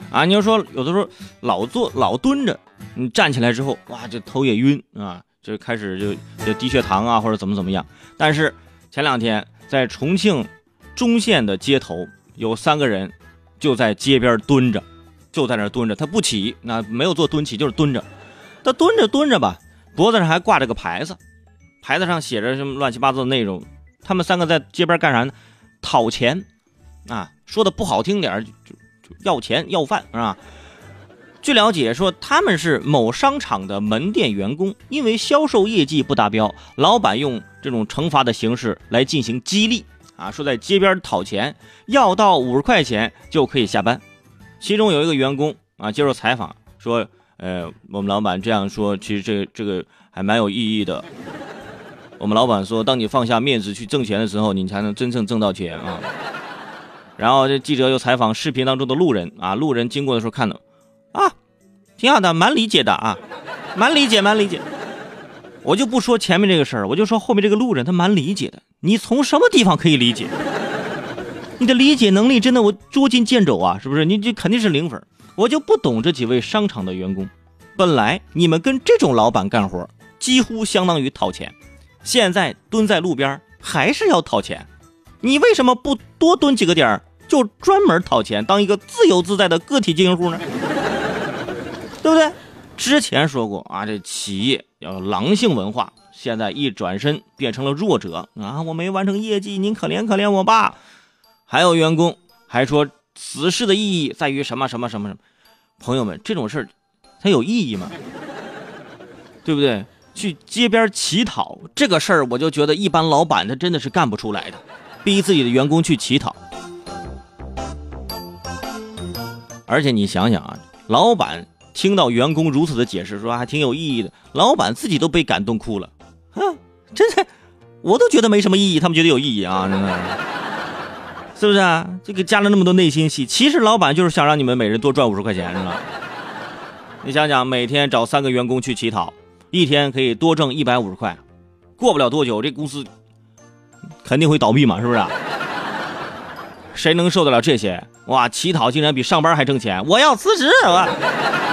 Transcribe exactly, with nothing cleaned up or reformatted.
啊。你要说有的时候老坐老蹲着，你站起来之后，哇，这头也晕啊，就开始就就低血糖啊，或者怎么怎么样。但是前两天在重庆中县的街头，有三个人就在街边蹲着，就在那蹲着，他不起，那没有做蹲起，就是蹲着。他蹲着蹲着吧，脖子上还挂着个牌子，牌子上写着什么乱七八糟的内容。他们三个在街边干啥呢？讨钱啊，说的不好听点就就要钱要饭是吧？据了解说，他们是某商场的门店员工，因为销售业绩不达标，老板用这种惩罚的形式来进行激励啊，说在街边讨钱，要到五十块钱就可以下班。其中有一个员工啊接受采访说，呃，我们老板这样说，其实这个这个还蛮有意义的。我们老板说，当你放下面子去挣钱的时候，你才能真正挣到钱啊。然后这记者又采访视频当中的路人啊，路人经过的时候看到，啊，挺好的，蛮理解的啊，蛮理解，蛮理解。我就不说前面这个事儿，我就说后面这个路人他蛮理解的。你从什么地方可以理解？你的理解能力真的我捉襟见肘啊，是不是？你这肯定是零分。我就不懂这几位商场的员工，本来你们跟这种老板干活，几乎相当于讨钱。现在蹲在路边还是要讨钱，你为什么不多蹲几个点就专门讨钱，当一个自由自在的个体经营户呢？对不对？之前说过啊，这企业要狼性文化，现在一转身变成了弱者啊！我没完成业绩，您可怜可怜我吧。还有员工还说此事的意义在于什么什么什么什么。朋友们，这种事儿它有意义吗？对不对？去街边乞讨这个事儿，我就觉得一般老板他真的是干不出来的，逼自己的员工去乞讨。而且你想想啊，老板听到员工如此的解释，说还挺有意义的，老板自己都被感动哭了。啊，真的，我都觉得没什么意义，他们觉得有意义啊，真的，是不是啊？这个加了那么多内心戏，其实老板就是想让你们每人多赚五十块钱，是吧？你想想，每天找三个员工去乞讨，一天可以多挣一百五十块，过不了多久，这公司肯定会倒闭嘛，是不是？谁能受得了这些？哇，乞讨竟然比上班还挣钱，我要辞职！我。